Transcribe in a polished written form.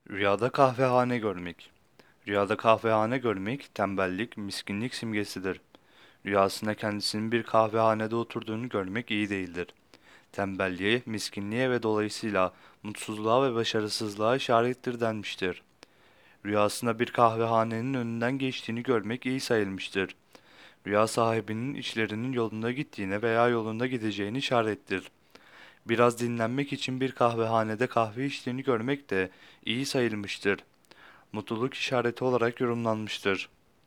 Rüyada kahvehane görmek. Rüyada kahvehane görmek tembellik, miskinlik simgesidir. Rüyasında kendisinin bir kahvehanede oturduğunu görmek iyi değildir. Tembelliğe, miskinliğe ve dolayısıyla mutsuzluğa ve başarısızlığa işarettir denmiştir. Rüyasında bir kahvehanenin önünden geçtiğini görmek iyi sayılmıştır. Rüya sahibinin işlerinin yolunda gittiğine veya yolunda gideceğini işarettir. Biraz dinlenmek için bir kahvehanede kahve içtiğini görmek de iyi sayılmıştır. Mutluluk işareti olarak yorumlanmıştır.